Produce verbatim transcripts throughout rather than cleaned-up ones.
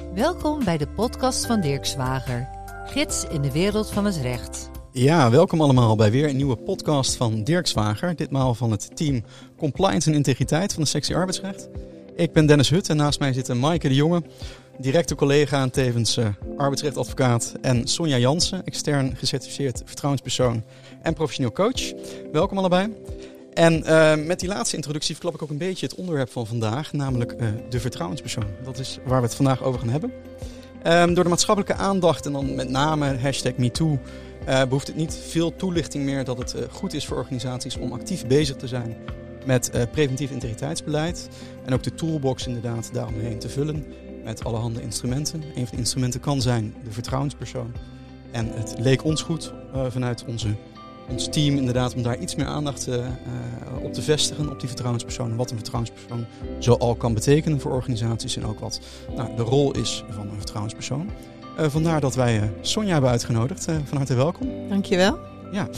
Welkom bij de podcast van Dirk Zwager, gids in de wereld van het recht. Ja, welkom allemaal bij weer een nieuwe podcast van Dirk Zwager. Ditmaal van het team Compliance en Integriteit van de sectie arbeidsrecht. Ik ben Dennis Hut en naast mij zitten Maaike de Jonge, directe collega en tevens uh, arbeidsrechtadvocaat. En Sonja Jansen, extern gecertificeerd vertrouwenspersoon en professioneel coach. Welkom allebei. En uh, met die laatste introductie verklap ik ook een beetje het onderwerp van vandaag, namelijk uh, de vertrouwenspersoon. Dat is waar we het vandaag over gaan hebben. Um, door de maatschappelijke aandacht en dan met name hashtag MeToo uh, behoeft het niet veel toelichting meer dat het uh, goed is voor organisaties om actief bezig te zijn met uh, preventief integriteitsbeleid. En ook de toolbox inderdaad daaromheen te vullen met allerhande instrumenten. Een van de instrumenten kan zijn de vertrouwenspersoon. En het leek ons goed uh, vanuit onze... ons team inderdaad om daar iets meer aandacht uh, uh, op te vestigen op die vertrouwenspersoon. En wat een vertrouwenspersoon zoal kan betekenen voor organisaties en ook wat nou, de rol is van een vertrouwenspersoon. Uh, vandaar dat wij uh, Sonja hebben uitgenodigd. Uh, van harte welkom. Dankjewel. Ja,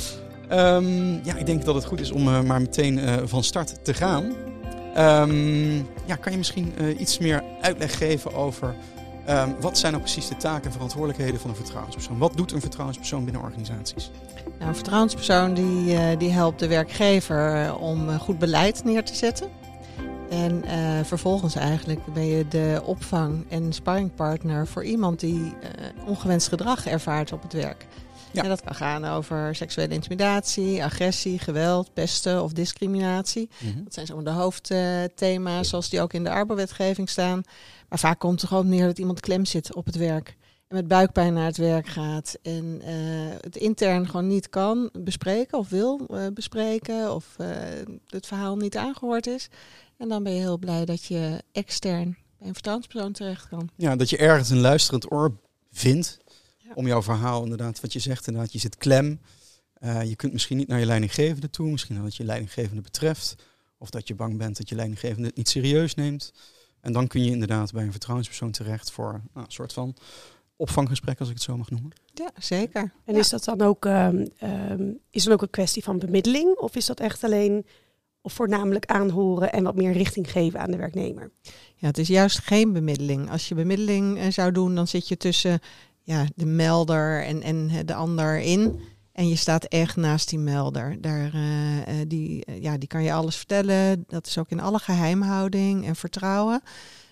um, ja, ik denk dat het goed is om uh, maar meteen uh, van start te gaan. Um, ja, kan je misschien uh, iets meer uitleg geven over um, wat zijn nou precies de taken en verantwoordelijkheden van een vertrouwenspersoon? Wat doet een vertrouwenspersoon binnen organisaties? Nou, een vertrouwenspersoon die, uh, die helpt de werkgever uh, om uh, goed beleid neer te zetten. En uh, vervolgens eigenlijk ben je de opvang- en sparringpartner voor iemand die uh, ongewenst gedrag ervaart op het werk. Ja. En dat kan gaan over seksuele intimidatie, agressie, geweld, pesten of discriminatie. Mm-hmm. Dat zijn zo de hoofdthema's zoals die ook in de arbeidswetgeving staan. Maar vaak komt er gewoon neer dat iemand klem zit op het werk. En met buikpijn naar het werk gaat en uh, het intern gewoon niet kan bespreken of wil uh, bespreken of uh, het verhaal niet aangehoord is. En dan ben je heel blij dat je extern bij een vertrouwenspersoon terecht kan. Ja, dat je ergens een luisterend oor vindt ja. om jouw verhaal inderdaad, wat je zegt inderdaad, je zit klem. Uh, je kunt misschien niet naar je leidinggevende toe, misschien dat je leidinggevende betreft. Of dat je bang bent dat je leidinggevende het niet serieus neemt. En dan kun je inderdaad bij een vertrouwenspersoon terecht voor nou, een soort van opvanggesprek, als ik het zo mag noemen. Ja, zeker. En ja. is dat dan ook, um, um, is dan ook een kwestie van bemiddeling? Of is dat echt alleen of voornamelijk aanhoren en wat meer richting geven aan de werknemer? Ja, het is juist geen bemiddeling. Als je bemiddeling uh, zou doen, dan zit je tussen ja, de melder en, en de ander in. En je staat echt naast die melder. Daar, uh, uh, die, uh, ja, die kan je alles vertellen. Dat is ook in alle geheimhouding en vertrouwen.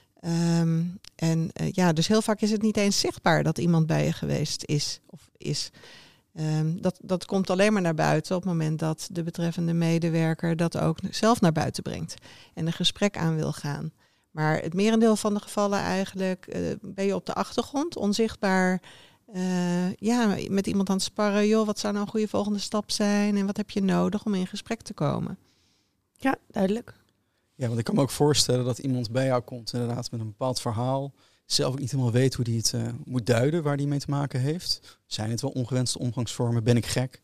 Um, en uh, ja, dus heel vaak is het niet eens zichtbaar dat iemand bij je geweest is of is. Um, dat, dat komt alleen maar naar buiten op het moment dat de betreffende medewerker dat ook zelf naar buiten brengt en een gesprek aan wil gaan. Maar het merendeel van de gevallen eigenlijk uh, ben je op de achtergrond, onzichtbaar, uh, ja, met iemand aan het sparren. Joh, wat zou nou een goede volgende stap zijn en wat heb je nodig om in gesprek te komen? Ja, duidelijk. Ja, want ik kan me ook voorstellen dat iemand bij jou komt inderdaad met een bepaald verhaal. Zelf ook niet helemaal weet hoe hij het uh, moet duiden, waar hij mee te maken heeft. Zijn het wel ongewenste omgangsvormen? Ben ik gek?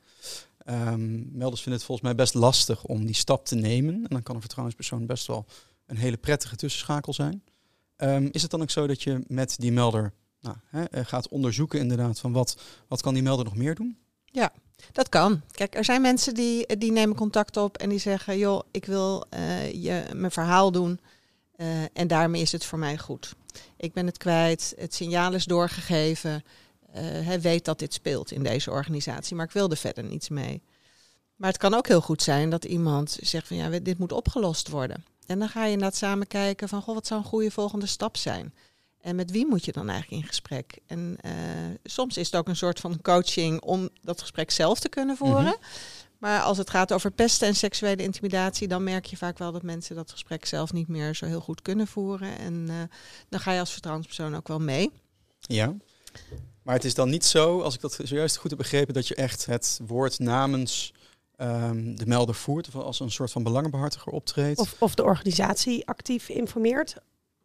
Um, melders vinden het volgens mij best lastig om die stap te nemen. En dan kan een vertrouwenspersoon best wel een hele prettige tussenschakel zijn. Um, is het dan ook zo dat je met die melder nou, hè, gaat onderzoeken inderdaad van wat, wat kan die melder nog meer doen? Ja, dat kan. Kijk, er zijn mensen die, die nemen contact op en die zeggen, joh, ik wil uh, je mijn verhaal doen uh, en daarmee is het voor mij goed. Ik ben het kwijt, het signaal is doorgegeven, uh, hij weet dat dit speelt in deze organisatie, maar ik wil er verder niets mee. Maar het kan ook heel goed zijn dat iemand zegt van ja, dit moet opgelost worden. En dan ga je inderdaad samen kijken van, goh, wat zou een goede volgende stap zijn? En met wie moet je dan eigenlijk in gesprek? En uh, soms is het ook een soort van coaching om dat gesprek zelf te kunnen voeren. Mm-hmm. Maar als het gaat over pesten en seksuele intimidatie, dan merk je vaak wel dat mensen dat gesprek zelf niet meer zo heel goed kunnen voeren. En uh, dan ga je als vertrouwenspersoon ook wel mee. Ja, maar het is dan niet zo, als ik dat zojuist goed heb begrepen, dat je echt het woord namens um, de melder voert, of als een soort van belangenbehartiger optreedt. Of, of de organisatie actief informeert.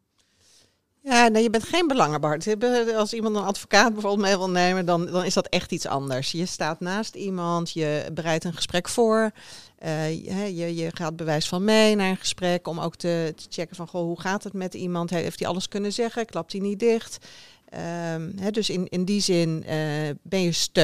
Ja, nee, je bent geen belangenbehartiger. Als iemand een advocaat bijvoorbeeld mee wil nemen, dan, dan is dat echt iets anders. Je staat naast iemand, je bereidt een gesprek voor. Uh, je, je, je gaat bewijs van mee naar een gesprek om ook te, te checken van, goh, hoe gaat het met iemand? Heeft hij alles kunnen zeggen? Klapt hij niet dicht? Um, he, dus in, in die zin uh, ben je steun.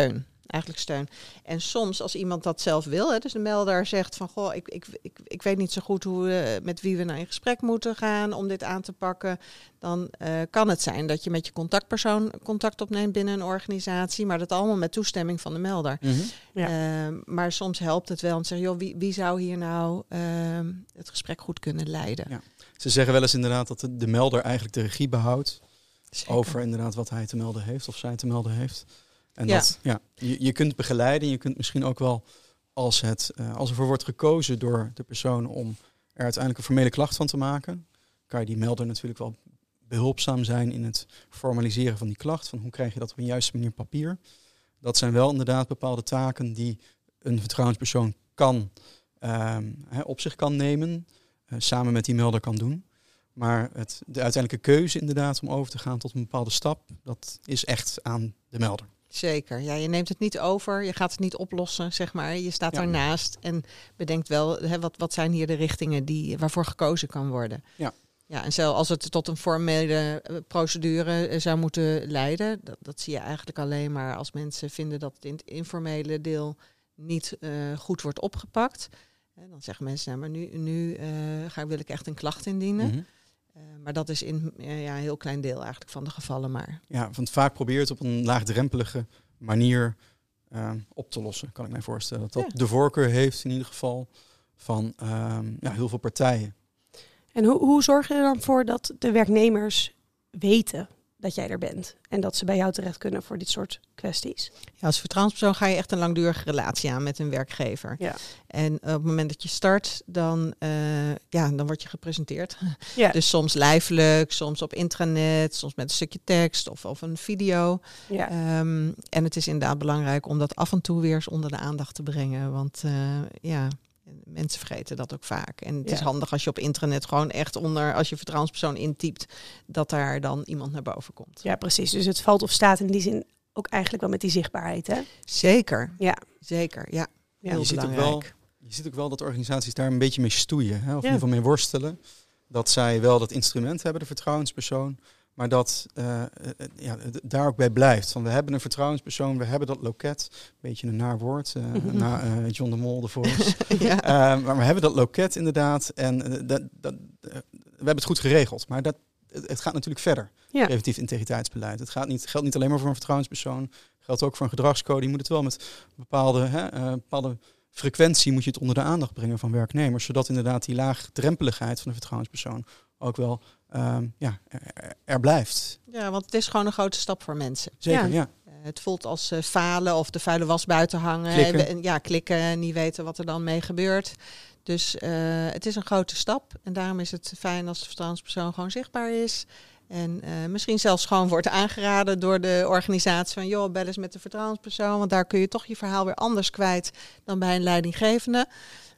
eigenlijk steun. En soms als iemand dat zelf wil, hè, dus de melder zegt van goh, ik, ik, ik, ik weet niet zo goed hoe, uh, met wie we nou in gesprek moeten gaan om dit aan te pakken. Dan uh, kan het zijn dat je met je contactpersoon contact opneemt binnen een organisatie, maar dat allemaal met toestemming van de melder. Mm-hmm. Ja. Uh, maar soms helpt het wel om te zeggen, joh, wie, wie zou hier nou uh, het gesprek goed kunnen leiden? Ja. Ze zeggen wel eens inderdaad dat de, de melder eigenlijk de regie behoudt. Zeker. Over inderdaad wat hij te melden heeft of zij te melden heeft. En ja. dat, ja, je, je kunt begeleiden. Je kunt misschien ook wel, als, het, uh, als ervoor wordt gekozen door de persoon om er uiteindelijk een formele klacht van te maken, kan je die melder natuurlijk wel behulpzaam zijn in het formaliseren van die klacht. Van hoe krijg je dat op een juiste manier op papier? Dat zijn wel inderdaad bepaalde taken die een vertrouwenspersoon kan, uh, hè, op zich kan nemen, uh, samen met die melder kan doen. Maar het, de uiteindelijke keuze inderdaad om over te gaan tot een bepaalde stap, dat is echt aan de melder. Zeker. Ja, je neemt het niet over, je gaat het niet oplossen, zeg maar. Je staat ja. ernaast en bedenkt wel, hè, wat, wat zijn hier de richtingen die, waarvoor gekozen kan worden. Ja. Ja, en zelfs als het tot een formele procedure zou moeten leiden, dat, dat zie je eigenlijk alleen maar als mensen vinden dat het in het informele deel niet uh, goed wordt opgepakt. En dan zeggen mensen, nou, maar nu, nu uh, ga, wil ik echt een klacht indienen. Mm-hmm. Uh, maar dat is in uh, ja, een heel klein deel eigenlijk van de gevallen maar. Ja, want vaak probeer je het op een laagdrempelige manier uh, op te lossen, kan ik mij voorstellen. Dat dat ja. de voorkeur heeft in ieder geval van uh, ja, heel veel partijen. En hoe, hoe zorg je er dan voor dat de werknemers weten dat jij er bent en dat ze bij jou terecht kunnen voor dit soort kwesties? Ja, als vertrouwenspersoon ga je echt een langdurige relatie aan met een werkgever. Ja. En op het moment dat je start, dan, uh, ja, dan word je gepresenteerd. Ja. Dus soms lijfelijk, soms op intranet, soms met een stukje tekst of, of een video. Ja. Um, en het is inderdaad belangrijk om dat af en toe weer eens onder de aandacht te brengen. Want uh, ja... mensen vergeten dat ook vaak. En het ja. is handig als je op intranet gewoon echt onder, als je vertrouwenspersoon intypt, dat daar dan iemand naar boven komt. Ja, precies. Dus het valt of staat in die zin ook eigenlijk wel met die zichtbaarheid, hè? Zeker. Ja. Zeker, ja. ja Heel je ziet belangrijk. Ook wel, je ziet ook wel dat organisaties daar een beetje mee stoeien. Hè? Of ja. in ieder geval mee worstelen. Dat zij wel dat instrument hebben, de vertrouwenspersoon. Maar dat uh, uh, ja, d- daar ook bij blijft. Van, we hebben een vertrouwenspersoon, we hebben dat loket. Een beetje een naar woord, uh, mm-hmm. na uh, John de Mol, de Voice. ja. uh, maar we hebben dat loket inderdaad. En uh, dat, dat, uh, we hebben het goed geregeld. Maar dat, het, het gaat natuurlijk verder. Ja. Preventief integriteitsbeleid. Het gaat niet, geldt niet alleen maar voor een vertrouwenspersoon. Het geldt ook voor een gedragscode. Je moet het wel met bepaalde, hè, uh, bepaalde frequentie moet je het onder de aandacht brengen van werknemers. Zodat inderdaad die laagdrempeligheid van de vertrouwenspersoon ook wel um, ja, er, er blijft. Ja, want het is gewoon een grote stap voor mensen. Zeker, ja. ja. Uh, het voelt als uh, falen of de vuile was buiten hangen. Klikken. En, ja, klikken en niet weten wat er dan mee gebeurt. Dus uh, het is een grote stap. En daarom is het fijn als de vertrouwenspersoon gewoon zichtbaar is. En uh, misschien zelfs gewoon wordt aangeraden door de organisatie van, joh, bel eens met de vertrouwenspersoon. Want daar kun je toch je verhaal weer anders kwijt dan bij een leidinggevende.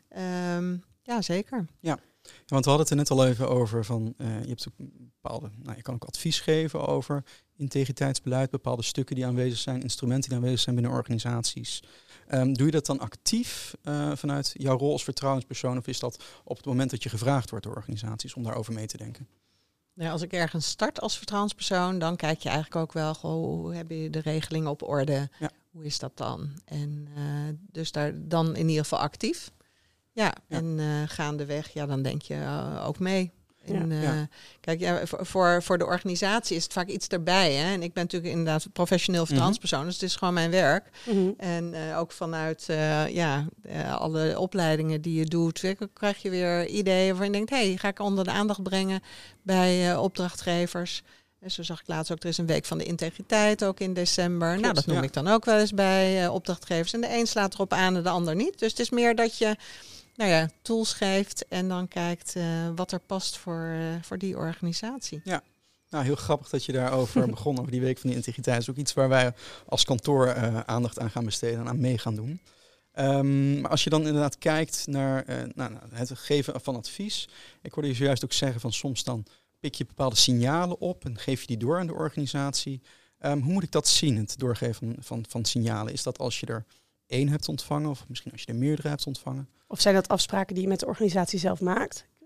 Um, ja, zeker. Ja. Ja, want we hadden het er net al even over van, uh, je hebt ook bepaalde, nou, je kan ook advies geven over integriteitsbeleid, bepaalde stukken die aanwezig zijn, instrumenten die aanwezig zijn binnen organisaties. Um, doe je dat dan actief uh, vanuit jouw rol als vertrouwenspersoon, of is dat op het moment dat je gevraagd wordt door organisaties om daarover mee te denken? Nou, als ik ergens start als vertrouwenspersoon, dan kijk je eigenlijk ook wel, goh, hoe heb je de regelingen op orde? Ja. Hoe is dat dan? En uh, dus daar dan in ieder geval actief. Ja, ja. en uh, gaandeweg, ja, dan denk je uh, ook mee. En, uh, ja. Kijk, ja, voor, voor de organisatie is het vaak iets erbij. Hè? En ik ben natuurlijk inderdaad professioneel vertrouwenspersoon, mm-hmm. dus het is gewoon mijn werk. Mm-hmm. En uh, ook vanuit uh, ja, uh, alle opleidingen die je doet, krijg je weer ideeën waarvan je denkt, hé, hey, ga ik onder de aandacht brengen bij uh, opdrachtgevers. En zo zag ik laatst ook, er is een week van de integriteit, ook in december. Klopt, nou, dat noem ja. ik dan ook wel eens bij uh, opdrachtgevers. En de een slaat erop aan en de ander niet. Dus het is meer dat je nou ja, tools geeft en dan kijkt uh, wat er past voor, uh, voor die organisatie. Ja, nou heel grappig dat je daarover begon, over die week van de integriteit. Dat is ook iets waar wij als kantoor uh, aandacht aan gaan besteden en aan mee gaan doen. Um, maar als je dan inderdaad kijkt naar, uh, naar, naar het geven van advies. Ik hoorde je zojuist ook zeggen van soms dan pik je bepaalde signalen op en geef je die door aan de organisatie. Um, hoe moet ik dat zien, het doorgeven van, van, van signalen? Is dat als je er één hebt ontvangen of misschien als je er meerdere hebt ontvangen? Of zijn dat afspraken die je met de organisatie zelf maakt?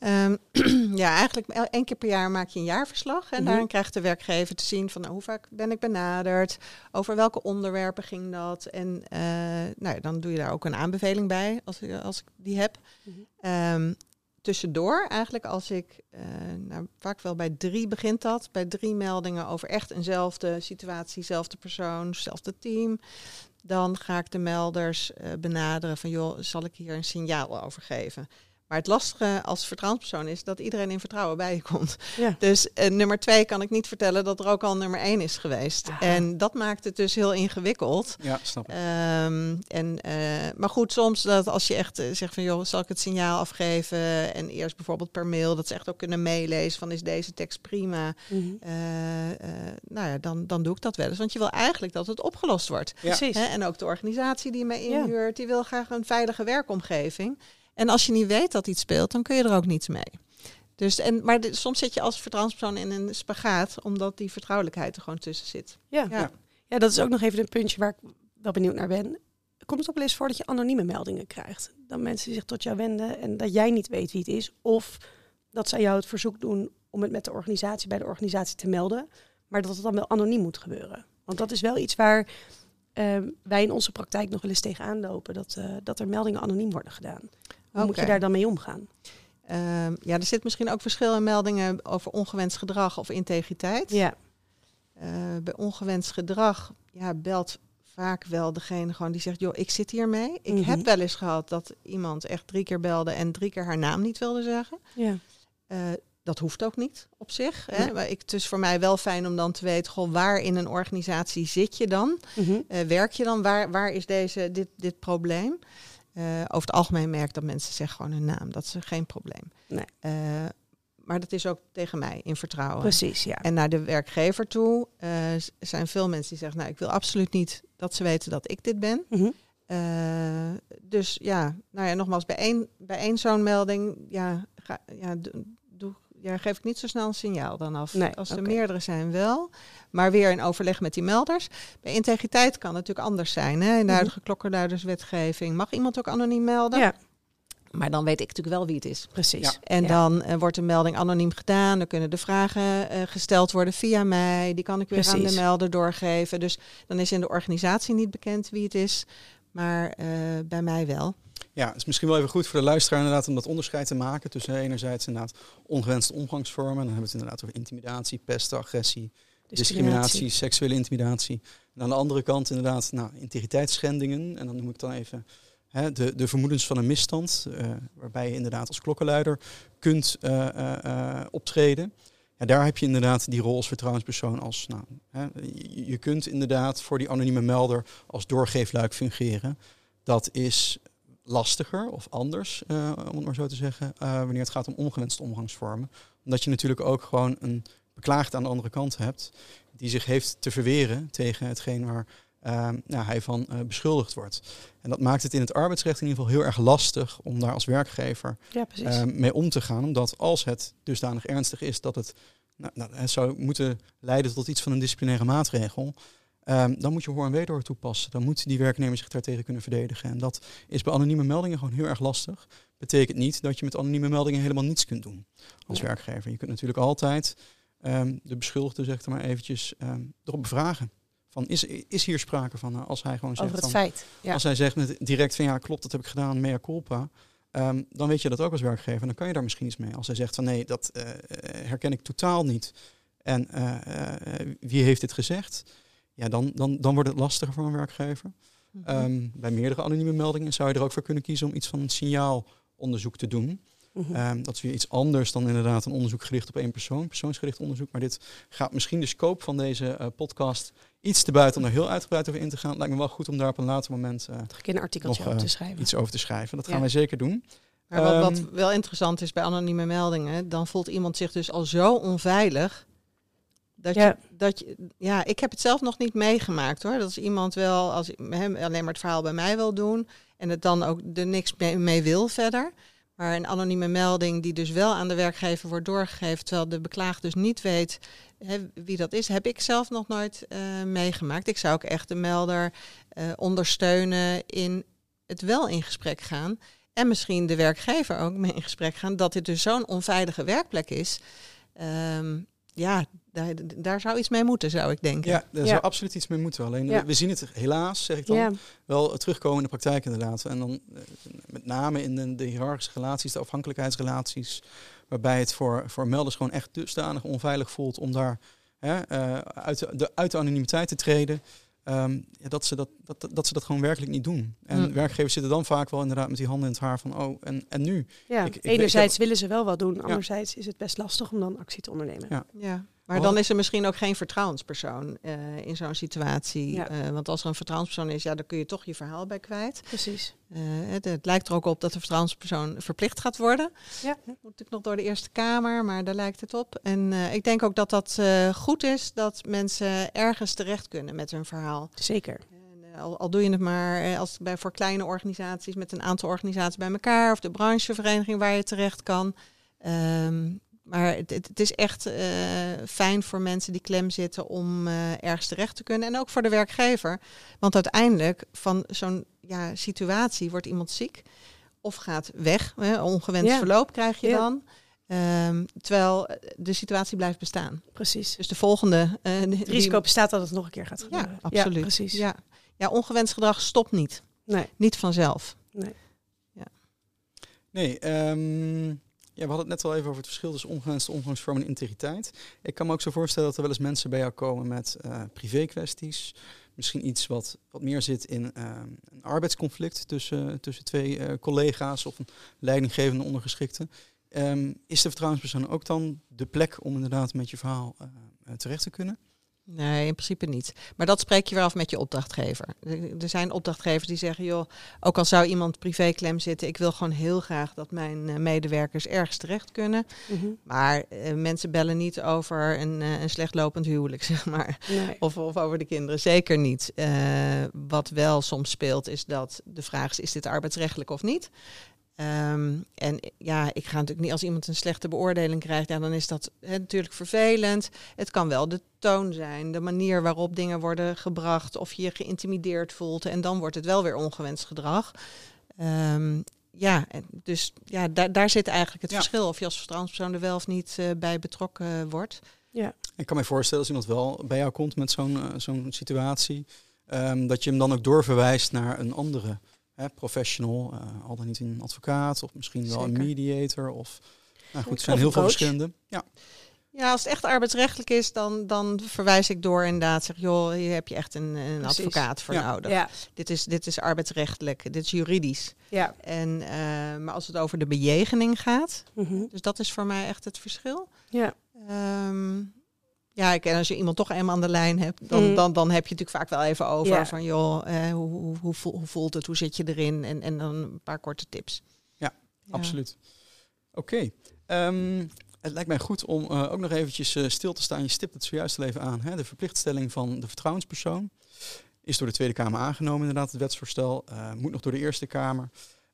Um, ja, eigenlijk één keer per jaar maak je een jaarverslag. En Mm-hmm. daarin krijgt de werkgever te zien van nou, hoe vaak ben ik benaderd, over welke onderwerpen ging dat. En uh, nou, dan doe je daar ook een aanbeveling bij, als, als ik die heb. Mm-hmm. Um, tussendoor, eigenlijk als ik, uh, nou, vaak wel bij drie begint dat, bij drie meldingen over echt eenzelfde situatie, zelfde persoon, zelfde team. Dan ga ik de melders uh, benaderen van joh, zal ik hier een signaal over geven? Maar het lastige als vertrouwenspersoon is dat iedereen in vertrouwen bij je komt. Ja. Dus uh, nummer twee kan ik niet vertellen dat er ook al nummer één is geweest. Aha. En dat maakt het dus heel ingewikkeld. Ja, snap ik. Um, en, uh, maar goed, soms dat als je echt uh, zegt van joh, zal ik het signaal afgeven? En eerst bijvoorbeeld per mail, dat ze echt ook kunnen meelezen van is deze tekst prima? Mm-hmm. Uh, uh, nou ja, dan, dan doe ik dat wel eens. Want je wil eigenlijk dat het opgelost wordt. Ja. Precies. Hè? En ook de organisatie die me inhuurt, ja. die wil graag een veilige werkomgeving. En als je niet weet dat iets speelt, dan kun je er ook niets mee. Dus, en, maar de, soms zit je als vertrouwenspersoon in een spagaat, omdat die vertrouwelijkheid er gewoon tussen zit. Ja, ja. ja dat is ook nog even een puntje waar ik wel benieuwd naar ben. Komt het ook wel eens voor dat je anonieme meldingen krijgt? Dat mensen zich tot jou wenden en dat jij niet weet wie het is. Of dat zij jou het verzoek doen om het met de organisatie bij de organisatie te melden. Maar dat het dan wel anoniem moet gebeuren. Want dat is wel iets waar uh, wij in onze praktijk nog wel eens tegenaan lopen. Dat, uh, dat er meldingen anoniem worden gedaan. Hoe okay. moet je daar dan mee omgaan? Uh, ja, er zit misschien ook verschil in meldingen over ongewenst gedrag of integriteit. Ja. Uh, bij ongewenst gedrag ja, belt vaak wel degene gewoon die zegt, joh, ik zit hiermee. Ik mm-hmm. heb wel eens gehad dat iemand echt drie keer belde en drie keer haar naam niet wilde zeggen. Ja. Uh, dat hoeft ook niet op zich. Hè? Ja. Maar ik, het is voor mij wel fijn om dan te weten, goh, waar in een organisatie zit je dan? Mm-hmm. Uh, werk je dan? Waar, waar is deze, dit, dit probleem? Uh, over het algemeen merk ik dat mensen zeggen gewoon hun naam. Dat is geen probleem. Nee. Uh, maar dat is ook tegen mij in vertrouwen. Precies, ja. En naar de werkgever toe uh, zijn veel mensen die zeggen, nou, ik wil absoluut niet dat ze weten dat ik dit ben. Mm-hmm. Uh, dus ja, nou ja, nogmaals, bij één, bij één zo'n melding, ja, ga, ja, doe, doe, ja, geef ik niet zo snel een signaal dan af. Nee, Als er okay. meerdere zijn wel, maar weer in overleg met die melders. Bij integriteit kan het natuurlijk anders zijn. Hè? In de mm-hmm. huidige klokkenluiderswetgeving mag iemand ook anoniem melden. Ja. Maar dan weet ik natuurlijk wel wie het is. Precies. Ja. En ja. dan uh, wordt de melding anoniem gedaan. Dan kunnen de vragen uh, gesteld worden via mij. Die kan ik weer Precies. aan de melder doorgeven. Dus dan is in de organisatie niet bekend wie het is. Maar uh, bij mij wel. Ja, het is misschien wel even goed voor de luisteraar inderdaad om dat onderscheid te maken tussen enerzijds inderdaad ongewenste omgangsvormen. Dan hebben we het inderdaad over intimidatie, pest, agressie, discriminatie, discriminatie seksuele intimidatie. En aan de andere kant inderdaad nou, integriteitsschendingen. En dan noem ik dan even hè, de, de vermoedens van een misstand, uh, waarbij je inderdaad als klokkenluider kunt uh, uh, uh, optreden. Ja, daar heb je inderdaad die rol als vertrouwenspersoon als, nou, hè, je, je kunt inderdaad voor die anonieme melder als doorgeefluik fungeren. Dat is lastiger of anders, uh, om het maar zo te zeggen, uh, wanneer het gaat om ongewenste omgangsvormen. Omdat je natuurlijk ook gewoon een beklaagde aan de andere kant hebt, die zich heeft te verweren tegen hetgeen waar uh, ja, hij van uh, beschuldigd wordt. En dat maakt het in het arbeidsrecht in ieder geval heel erg lastig om daar als werkgever ja, uh, mee om te gaan. Omdat als het dusdanig ernstig is dat het, nou, nou, het zou moeten leiden tot iets van een disciplinaire maatregel, Um, dan moet je hoor en wederhoor toepassen. Dan moet die werknemer zich daartegen kunnen verdedigen. En dat is bij anonieme meldingen gewoon heel erg lastig. Betekent niet dat je met anonieme meldingen helemaal niets kunt doen als ja. werkgever. Je kunt natuurlijk altijd um, de beschuldigde, zeg maar eventjes, um, erop bevragen. Van, is, is hier sprake van, uh, als hij gewoon zegt... Over het van, feit. Ja. Als hij zegt met, direct van ja, klopt, dat heb ik gedaan, mea culpa. Um, dan weet je dat ook als werkgever. En dan kan je daar misschien iets mee. Als hij zegt van nee, dat uh, herken ik totaal niet. En uh, uh, wie heeft dit gezegd? Ja, dan, dan, dan wordt het lastiger voor een werkgever. Mm-hmm. Um, bij meerdere anonieme meldingen zou je er ook voor kunnen kiezen om iets van een signaalonderzoek te doen. Mm-hmm. Um, dat is weer iets anders dan inderdaad een onderzoek gericht op één persoon, persoonsgericht onderzoek. Maar dit gaat misschien de scope van deze uh, podcast iets te buiten om er heel uitgebreid over in te gaan. Het lijkt me wel goed om daar op een later moment uh, een artikeltje nog, uh, te schrijven. iets over te schrijven. Dat gaan ja. wij zeker doen. Maar wat, wat wel interessant is bij anonieme meldingen, dan voelt iemand zich dus al zo onveilig. Dat ja. Je, dat je, ja, ik heb het zelf nog niet meegemaakt hoor. Dat is iemand wel, als hem alleen maar het verhaal bij mij wil doen en het dan ook er niks mee, mee wil verder. Maar een anonieme melding die dus wel aan de werkgever wordt doorgegeven, terwijl de beklaagde dus niet weet hè, wie dat is, heb ik zelf nog nooit uh, meegemaakt. Ik zou ook echt de melder uh, ondersteunen in het wel in gesprek gaan. En misschien de werkgever ook mee in gesprek gaan dat dit dus zo'n onveilige werkplek is. Um, ja, daar, daar zou iets mee moeten, zou ik denken. Ja, daar ja. zou absoluut iets mee moeten. Alleen ja. we, we zien het helaas, zeg ik dan, ja. wel terugkomen in de praktijk inderdaad. En dan uh, met name in de, de hiërarchische relaties, de afhankelijkheidsrelaties, waarbij het voor, voor melders gewoon echt dusdanig onveilig voelt om daar hè, uh, uit, de, de, uit de anonimiteit te treden. Um, ja, dat, ze dat, dat, dat ze dat gewoon werkelijk niet doen. En mm. werkgevers zitten dan vaak wel inderdaad met die handen in het haar van oh, en, en nu? Ja, ik, ik, enerzijds ik heb... willen ze wel wat doen, anderzijds ja. is het best lastig om dan actie te ondernemen. Ja, ja. Maar dan is er misschien ook geen vertrouwenspersoon uh, in zo'n situatie. Ja. Uh, want als er een vertrouwenspersoon is, ja, dan kun je toch je verhaal bij kwijt. Precies. Uh, het, het lijkt er ook op dat de vertrouwenspersoon verplicht gaat worden. Ja. Moet natuurlijk nog door de Eerste Kamer, maar daar lijkt het op. En uh, ik denk ook dat dat uh, goed is dat mensen ergens terecht kunnen met hun verhaal. Zeker. En, uh, al, al doe je het maar uh, als bij voor kleine organisaties met een aantal organisaties bij elkaar, of de branchevereniging waar je terecht kan. Um, Maar het, het is echt uh, fijn voor mensen die klem zitten om uh, ergens terecht te kunnen. En ook voor de werkgever. Want uiteindelijk van zo'n ja, situatie wordt iemand ziek of gaat weg. Hè, ongewenst ja. verloop krijg je ja. dan. Um, terwijl de situatie blijft bestaan. Precies. Dus de volgende... Uh, het die, risico bestaat dat het nog een keer gaat gebeuren. Ja, absoluut. Ja, precies. Ja. ja, ongewenst gedrag stopt niet. Nee. Niet vanzelf. Nee. Ja. Nee, um... Ja, we hadden het net al even over het verschil tussen ongewenste omgangsvorm en integriteit. Ik kan me ook zo voorstellen dat er wel eens mensen bij jou komen met uh, privé-kwesties. Misschien iets wat, wat meer zit in uh, een arbeidsconflict tussen, tussen twee uh, collega's of een leidinggevende ondergeschikte. Um, is de vertrouwenspersoon ook dan de plek om inderdaad met je verhaal uh, uh, terecht te kunnen? Nee, in principe niet. Maar dat spreek je weer af met je opdrachtgever. Er zijn opdrachtgevers die zeggen, joh, ook al zou iemand privé klem zitten, ik wil gewoon heel graag dat mijn uh, medewerkers ergens terecht kunnen. Mm-hmm. Maar uh, mensen bellen niet over een, uh, een slecht lopend huwelijk, zeg maar. Nee. Of, of over de kinderen. Zeker niet. Uh, wat wel soms speelt is dat de vraag is, is dit arbeidsrechtelijk of niet? Um, en ja, ik ga natuurlijk niet als iemand een slechte beoordeling krijgt, ja, dan is dat he, natuurlijk vervelend. Het kan wel de toon zijn, de manier waarop dingen worden gebracht, of je je geïntimideerd voelt. En dan wordt het wel weer ongewenst gedrag. Um, ja, dus ja, daar, daar zit eigenlijk het ja. verschil. Of je als vertrouwenspersoon er wel of niet uh, bij betrokken wordt. Ja. Ik kan me voorstellen als iemand wel bij jou komt met zo'n, uh, zo'n situatie, um, dat je hem dan ook doorverwijst naar een andere Hè, professional, uh, al dan niet een advocaat of misschien wel Zeker. een mediator. Of, nou goed, er zijn heel veel verschillende. Ja. ja, als het echt arbeidsrechtelijk is, dan, dan verwijs ik door inderdaad. Zeg, joh, hier heb je echt een, een advocaat voor ja. nodig. Ja. Dit is, dit is arbeidsrechtelijk, dit is juridisch. Ja. En, uh, maar als het over de bejegening gaat, mm-hmm. dus dat is voor mij echt het verschil. Ja. Um, Ja, en als je iemand toch eenmaal aan de lijn hebt, dan, mm. dan, dan heb je natuurlijk vaak wel even over ja. van joh, eh, hoe, hoe, hoe, hoe voelt het, hoe zit je erin en, en dan een paar korte tips. Ja, ja. absoluut. Oké, okay. um, het lijkt mij goed om uh, ook nog eventjes uh, stil te staan. Je stipt het zojuist al even aan. Hè? De verplichtstelling van de vertrouwenspersoon is door de Tweede Kamer aangenomen, inderdaad, het wetsvoorstel. Uh, moet nog door de Eerste Kamer.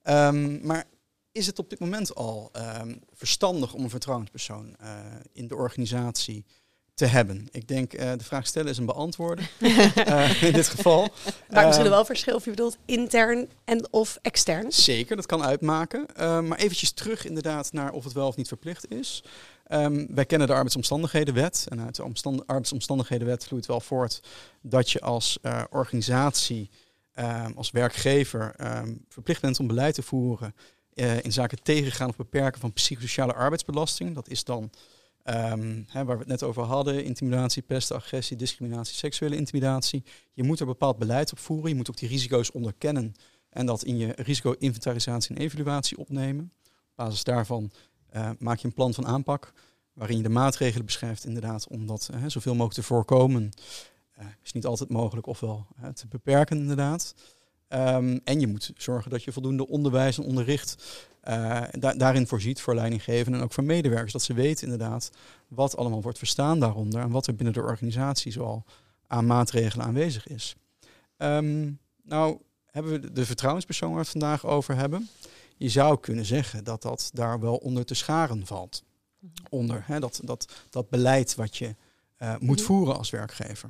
Um, maar is het op dit moment al um, verstandig om een vertrouwenspersoon uh, in de organisatie te hebben? Ik denk, uh, de vraag stellen is een beantwoorden. uh, in dit geval. Maar misschien uh, wel verschil of je bedoelt intern en of extern. Zeker, dat kan uitmaken. Uh, maar eventjes terug inderdaad naar of het wel of niet verplicht is. Um, wij kennen de arbeidsomstandighedenwet. En uit de omstand- arbeidsomstandighedenwet vloeit wel voort dat je als uh, organisatie, uh, als werkgever, um, verplicht bent om beleid te voeren uh, in zaken tegengaan of beperken van psychosociale arbeidsbelasting. Dat is dan Um, hè, waar we het net over hadden, intimidatie, pesten, agressie, discriminatie, seksuele intimidatie. Je moet er bepaald beleid op voeren. Je moet ook die risico's onderkennen en dat in je risico-inventarisatie en evaluatie opnemen. Op basis daarvan uh, maak je een plan van aanpak waarin je de maatregelen beschrijft inderdaad om dat uh, zoveel mogelijk te voorkomen. Uh, is niet altijd mogelijk, ofwel uh, te beperken inderdaad. Um, en je moet zorgen dat je voldoende onderwijs en onderricht uh, da- daarin voorziet voor leidinggevenden en ook voor medewerkers. Dat ze weten inderdaad wat allemaal wordt verstaan daaronder en wat er binnen de organisatie zoal aan maatregelen aanwezig is. Um, nou hebben we de vertrouwenspersoon waar we het vandaag over hebben. Je zou kunnen zeggen dat dat daar wel onder te scharen valt. Mm-hmm. Onder hè, dat, dat, dat beleid wat je uh, moet mm-hmm. voeren als werkgever.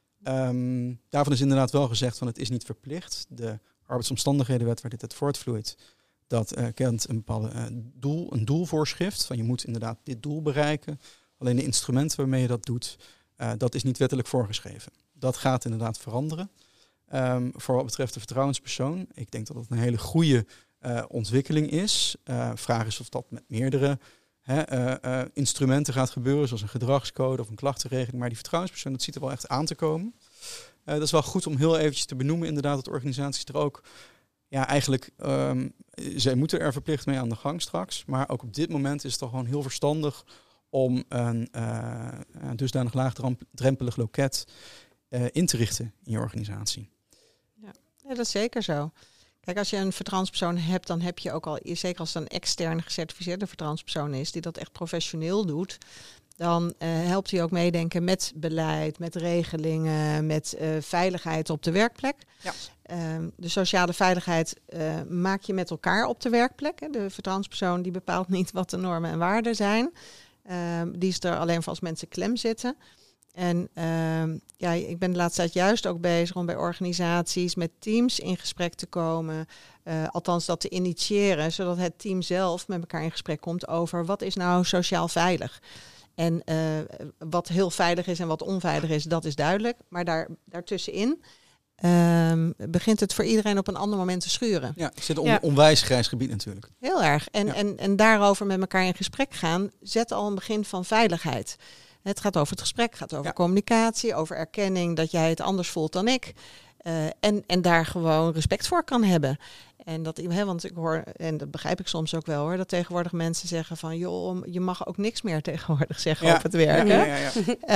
Um, daarvan is inderdaad wel gezegd van het is niet verplicht. De arbeidsomstandighedenwet waar dit uit voortvloeit Dat uh, kent een bepaalde uh, doel, een doelvoorschrift. Van je moet inderdaad dit doel bereiken. Alleen de instrumenten waarmee je dat doet, uh, dat is niet wettelijk voorgeschreven. Dat gaat inderdaad veranderen. Um, voor wat betreft de vertrouwenspersoon. Ik denk dat dat een hele goede uh, ontwikkeling is. Uh, vraag is of dat met meerdere hè, uh, uh, instrumenten gaat gebeuren. Zoals een gedragscode of een klachtenregeling. Maar die vertrouwenspersoon, dat ziet er wel echt aan te komen. Uh, dat is wel goed om heel eventjes te benoemen. Inderdaad dat organisaties er ook... Ja, eigenlijk, um, zij moeten er verplicht mee aan de gang straks. Maar ook op dit moment is het toch gewoon heel verstandig om een uh, dusdanig laagdrempelig loket uh, in te richten in je organisatie. Ja. ja, dat is zeker zo. Kijk, als je een vertrouwenspersoon hebt, dan heb je ook al, zeker als het een externe gecertificeerde vertrouwenspersoon is, die dat echt professioneel doet, dan uh, helpt hij ook meedenken met beleid, met regelingen, met uh, veiligheid op de werkplek. Ja. Uh, de sociale veiligheid uh, maak je met elkaar op de werkplek. Hè. De vertrouwenspersoon die bepaalt niet wat de normen en waarden zijn. Uh, die is er alleen voor als mensen klem zitten. En uh, ja, ik ben de laatste tijd juist ook bezig om bij organisaties met teams in gesprek te komen. Uh, althans dat te initiëren, zodat het team zelf met elkaar in gesprek komt over wat is nou sociaal veilig. En uh, wat heel veilig is en wat onveilig is, dat is duidelijk. Maar daar, daartussenin uh, begint het voor iedereen op een ander moment te schuren. Ja, het zit een on- ja. onwijs grijs gebied natuurlijk. Heel erg. En, ja. en, en daarover met elkaar in gesprek gaan, zet al een begin van veiligheid. Het gaat over het gesprek, het gaat over ja. communicatie, over erkenning dat jij het anders voelt dan ik. Uh, en, en daar gewoon respect voor kan hebben. En dat, hè, want ik hoor, en dat begrijp ik soms ook wel hoor, dat tegenwoordig mensen zeggen van joh, je mag ook niks meer tegenwoordig zeggen ja. op het werk. Ja, ja, ja,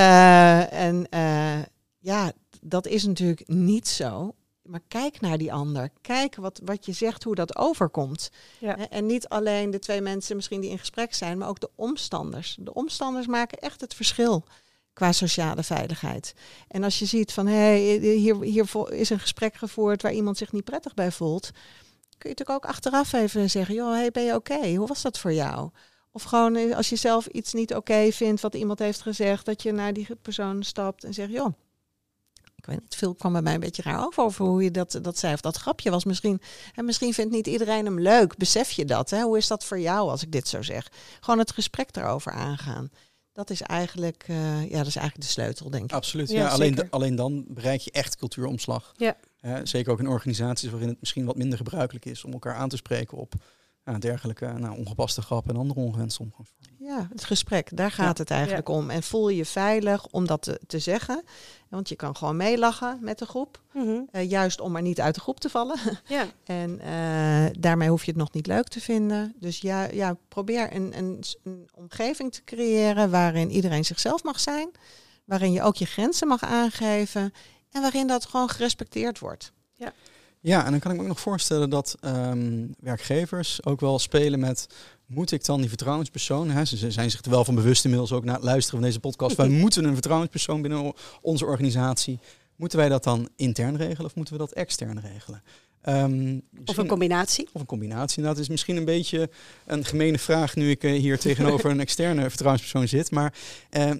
ja. Uh, en uh, ja, dat is natuurlijk niet zo. Maar kijk naar die ander. Kijk wat, wat je zegt, hoe dat overkomt. Ja. En niet alleen de twee mensen misschien die in gesprek zijn, maar ook de omstanders. De omstanders maken echt het verschil qua sociale veiligheid. En als je ziet van, hé, hey, hier, hier is een gesprek gevoerd waar iemand zich niet prettig bij voelt, kun je natuurlijk ook achteraf even zeggen, joh, hey, ben je oké? Okay? Hoe was dat voor jou? Of gewoon als je zelf iets niet oké okay vindt wat iemand heeft gezegd, dat je naar die persoon stapt en zegt, joh, ik weet niet, veel kwam bij mij een beetje raar over, over hoe je dat, dat zei. Of dat grapje was misschien. En misschien vindt niet iedereen hem leuk. Besef je dat? Hè? Hoe is dat voor jou als ik dit zo zeg? Gewoon het gesprek erover aangaan. Dat is eigenlijk, uh, ja, dat is eigenlijk de sleutel, denk ik. Absoluut. Ja, ja, alleen, d- alleen dan bereik je echt cultuuromslag. Ja. Uh, zeker ook in organisaties waarin het misschien wat minder gebruikelijk is om elkaar aan te spreken op uh, dergelijke nou, ongepaste grappen en andere ongewenste omgangsvormen. Ja, het gesprek, daar gaat ja. het eigenlijk ja. om. En voel je je veilig om dat te, te zeggen. Want je kan gewoon meelachen met de groep. Mm-hmm. Uh, juist om maar niet uit de groep te vallen. Ja. En uh, daarmee hoef je het nog niet leuk te vinden. Dus ja, ja probeer een, een, een omgeving te creëren waarin iedereen zichzelf mag zijn. Waarin je ook je grenzen mag aangeven. En waarin dat gewoon gerespecteerd wordt. Ja. Ja, en dan kan ik me ook nog voorstellen dat um, werkgevers ook wel spelen met, moet ik dan die vertrouwenspersoon, hè, ze zijn zich er wel van bewust inmiddels ook na het luisteren van deze podcast, wij moeten een vertrouwenspersoon binnen onze organisatie. Moeten wij dat dan intern regelen of moeten we dat extern regelen? Um, of een combinatie. Of een combinatie. Nou, dat is misschien een beetje een gemene vraag nu ik uh, hier tegenover een externe vertrouwenspersoon zit. Maar uh,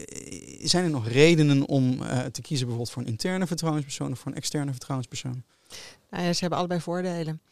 zijn er nog redenen om uh, te kiezen bijvoorbeeld voor een interne vertrouwenspersoon of voor een externe vertrouwenspersoon? Nou ja, ze hebben allebei voordelen.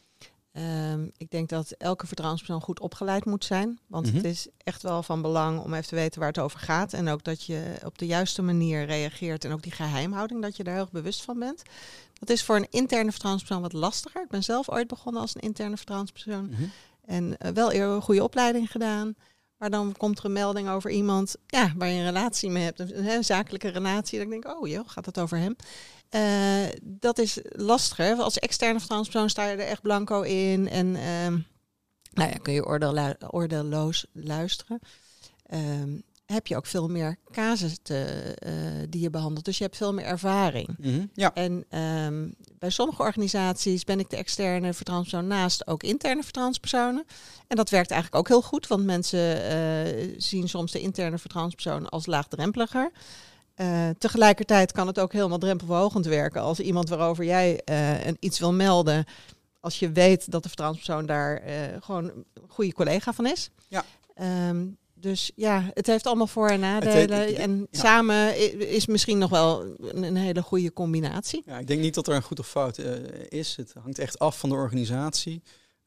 Um, ik denk dat elke vertrouwenspersoon goed opgeleid moet zijn. Want mm-hmm. het is echt wel van belang om even te weten waar het over gaat. En ook dat je op de juiste manier reageert. En ook die geheimhouding, dat je daar heel erg bewust van bent. Dat is voor een interne vertrouwenspersoon wat lastiger. Ik ben zelf ooit begonnen als een interne vertrouwenspersoon. Mm-hmm. En uh, wel eerder een goede opleiding gedaan. Maar dan komt er een melding over iemand ja, waar je een relatie mee hebt. Een, een zakelijke relatie. Dat ik denk, oh joh, gaat het over hem? Uh, dat is lastiger. Als externe vertrouwenspersoon sta je er echt blanco in. En uh, nou ja, kun je oordeel, oordeelloos luisteren. Uh, heb je ook veel meer casussen uh, die je behandelt. Dus je hebt veel meer ervaring. Mm-hmm, ja. En um, bij sommige organisaties ben ik de externe vertrouwenspersoon naast ook interne vertrouwenspersonen. En dat werkt eigenlijk ook heel goed. Want mensen uh, zien soms de interne vertrouwenspersoon als laagdrempeliger. Uh, tegelijkertijd kan het ook helemaal drempelverhogend werken als iemand waarover jij uh, een, iets wil melden. Als je weet dat de vertrouwenspersoon daar uh, gewoon een goede collega van is. Ja. Um, dus ja, het heeft allemaal voor- en nadelen. Heeft, en ja. samen is misschien nog wel een, een hele goede combinatie. Ja, ik denk niet dat er een goed of fout uh, is. Het hangt echt af van de organisatie.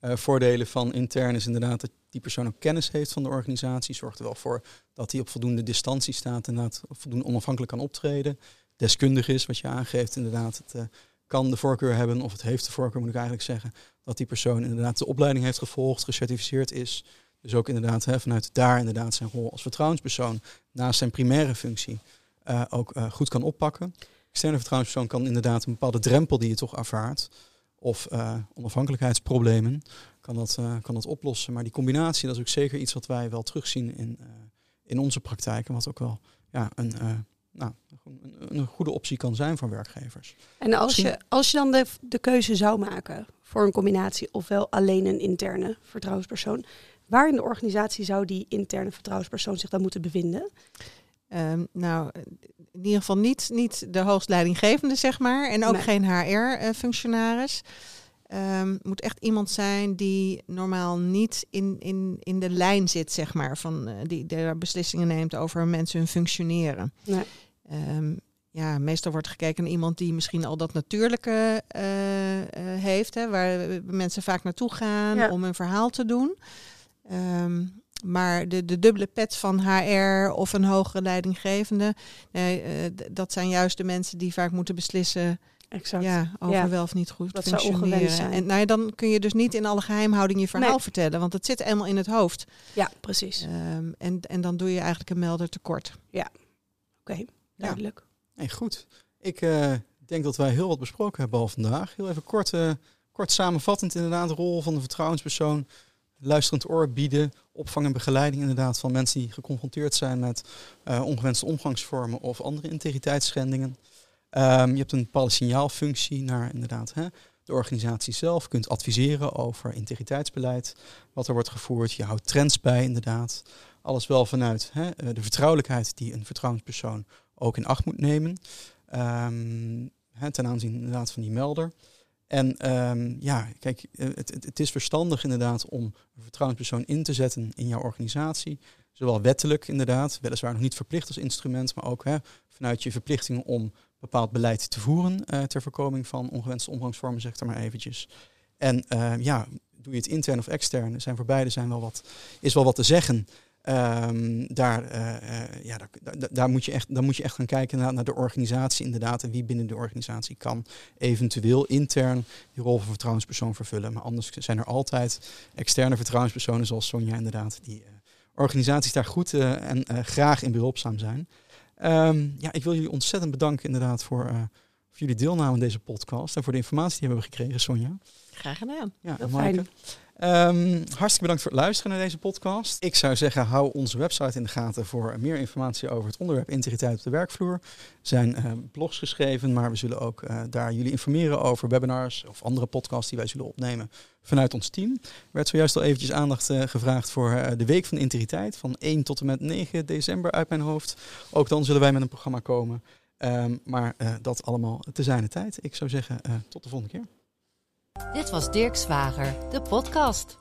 Uh, voordelen van intern is inderdaad dat die persoon ook kennis heeft van de organisatie. Zorgt er wel voor dat hij op voldoende distantie staat en inderdaad voldoende onafhankelijk kan optreden. Deskundig is, wat je aangeeft inderdaad. Het uh, kan de voorkeur hebben, of het heeft de voorkeur moet ik eigenlijk zeggen. Dat die persoon inderdaad de opleiding heeft gevolgd, gecertificeerd is. Dus ook inderdaad hè, vanuit daar inderdaad zijn rol als vertrouwenspersoon naast zijn primaire functie uh, ook uh, goed kan oppakken. Externe vertrouwenspersoon kan inderdaad een bepaalde drempel die je toch ervaart of uh, onafhankelijkheidsproblemen kan dat, uh, kan dat oplossen. Maar die combinatie, dat is ook zeker iets wat wij wel terugzien in, uh, in onze praktijk en wat ook wel ja, een, uh, nou, een, een goede optie kan zijn voor werkgevers. En als je, als je dan de, de keuze zou maken voor een combinatie ofwel alleen een interne vertrouwenspersoon, waar in de organisatie zou die interne vertrouwenspersoon zich dan moeten bevinden? Um, nou, in ieder geval niet, niet de hoogstleidinggevende, zeg maar. En ook nee. geen H R-functionaris. Um, moet echt iemand zijn die normaal niet in, in, in de lijn zit, zeg maar. Van, uh, die de beslissingen neemt over mensen hun functioneren. Nee. Um, ja, meestal wordt gekeken naar iemand die misschien al dat natuurlijke uh, uh, heeft. Hè, waar mensen vaak naartoe gaan ja. om een verhaal te doen. Um, Maar de, de dubbele pet van H R of een hogere leidinggevende, nee, uh, d- dat zijn juist de mensen die vaak moeten beslissen exact. Ja, over ja. wel of niet goed dat functioneren. Zou ongewenst zijn. En nou ja, dan kun je dus niet in alle geheimhouding je verhaal nee. vertellen, want het zit eenmaal in het hoofd. Ja, precies. Um, en, en dan doe je eigenlijk een melder tekort. Ja, oké, okay, duidelijk. Ja. Nee, goed. Ik uh, denk dat wij heel wat besproken hebben al vandaag. Heel even kort, uh, kort samenvattend inderdaad de rol van de vertrouwenspersoon. Luisterend oor bieden, opvang en begeleiding inderdaad van mensen die geconfronteerd zijn met uh, ongewenste omgangsvormen of andere integriteitsschendingen. Um, je hebt een bepaalde signaalfunctie naar inderdaad hè, de organisatie zelf. Je kunt adviseren over integriteitsbeleid, wat er wordt gevoerd. Je houdt trends bij inderdaad. Alles wel vanuit hè, de vertrouwelijkheid die een vertrouwenspersoon ook in acht moet nemen. Um, hè, ten aanzien inderdaad van die melder. En um, ja, kijk, het, het, het is verstandig inderdaad om een vertrouwenspersoon in te zetten in jouw organisatie. Zowel wettelijk inderdaad, weliswaar nog niet verplicht als instrument, maar ook hè, vanuit je verplichtingen om bepaald beleid te voeren uh, ter voorkoming van ongewenste omgangsvormen, zeg ik er maar eventjes. En uh, ja, doe je het intern of extern, zijn voor beide zijn wel wat, is wel wat te zeggen. Um, daar, uh, uh, ja, daar, daar, daar moet je echt, dan moet je echt gaan kijken naar, naar de organisatie inderdaad en wie binnen de organisatie kan eventueel intern die rol van vertrouwenspersoon vervullen. Maar anders zijn er altijd externe vertrouwenspersonen zoals Sonja inderdaad, die uh, organisaties daar goed uh, en uh, graag in behulpzaam zijn. Um, ja, ik wil jullie ontzettend bedanken inderdaad voor, uh, voor jullie deelname aan deze podcast en voor de informatie die we hebben gekregen, Sonja. Graag gedaan. Ja, heel fijn. Um, hartstikke bedankt voor het luisteren naar deze podcast. Ik zou zeggen, hou onze website in de gaten voor meer informatie over het onderwerp integriteit op de werkvloer. Er zijn uh, blogs geschreven, maar we zullen ook uh, daar jullie informeren over webinars of andere podcasts die wij zullen opnemen vanuit ons team. Er werd zojuist al eventjes aandacht uh, gevraagd voor uh, de Week van de Integriteit van één tot en met negen december uit mijn hoofd. Ook dan zullen wij met een programma komen. Um, maar uh, dat allemaal te zijner tijd. Ik zou zeggen, uh, tot de volgende keer. Dit was Dirk Zwager, de podcast.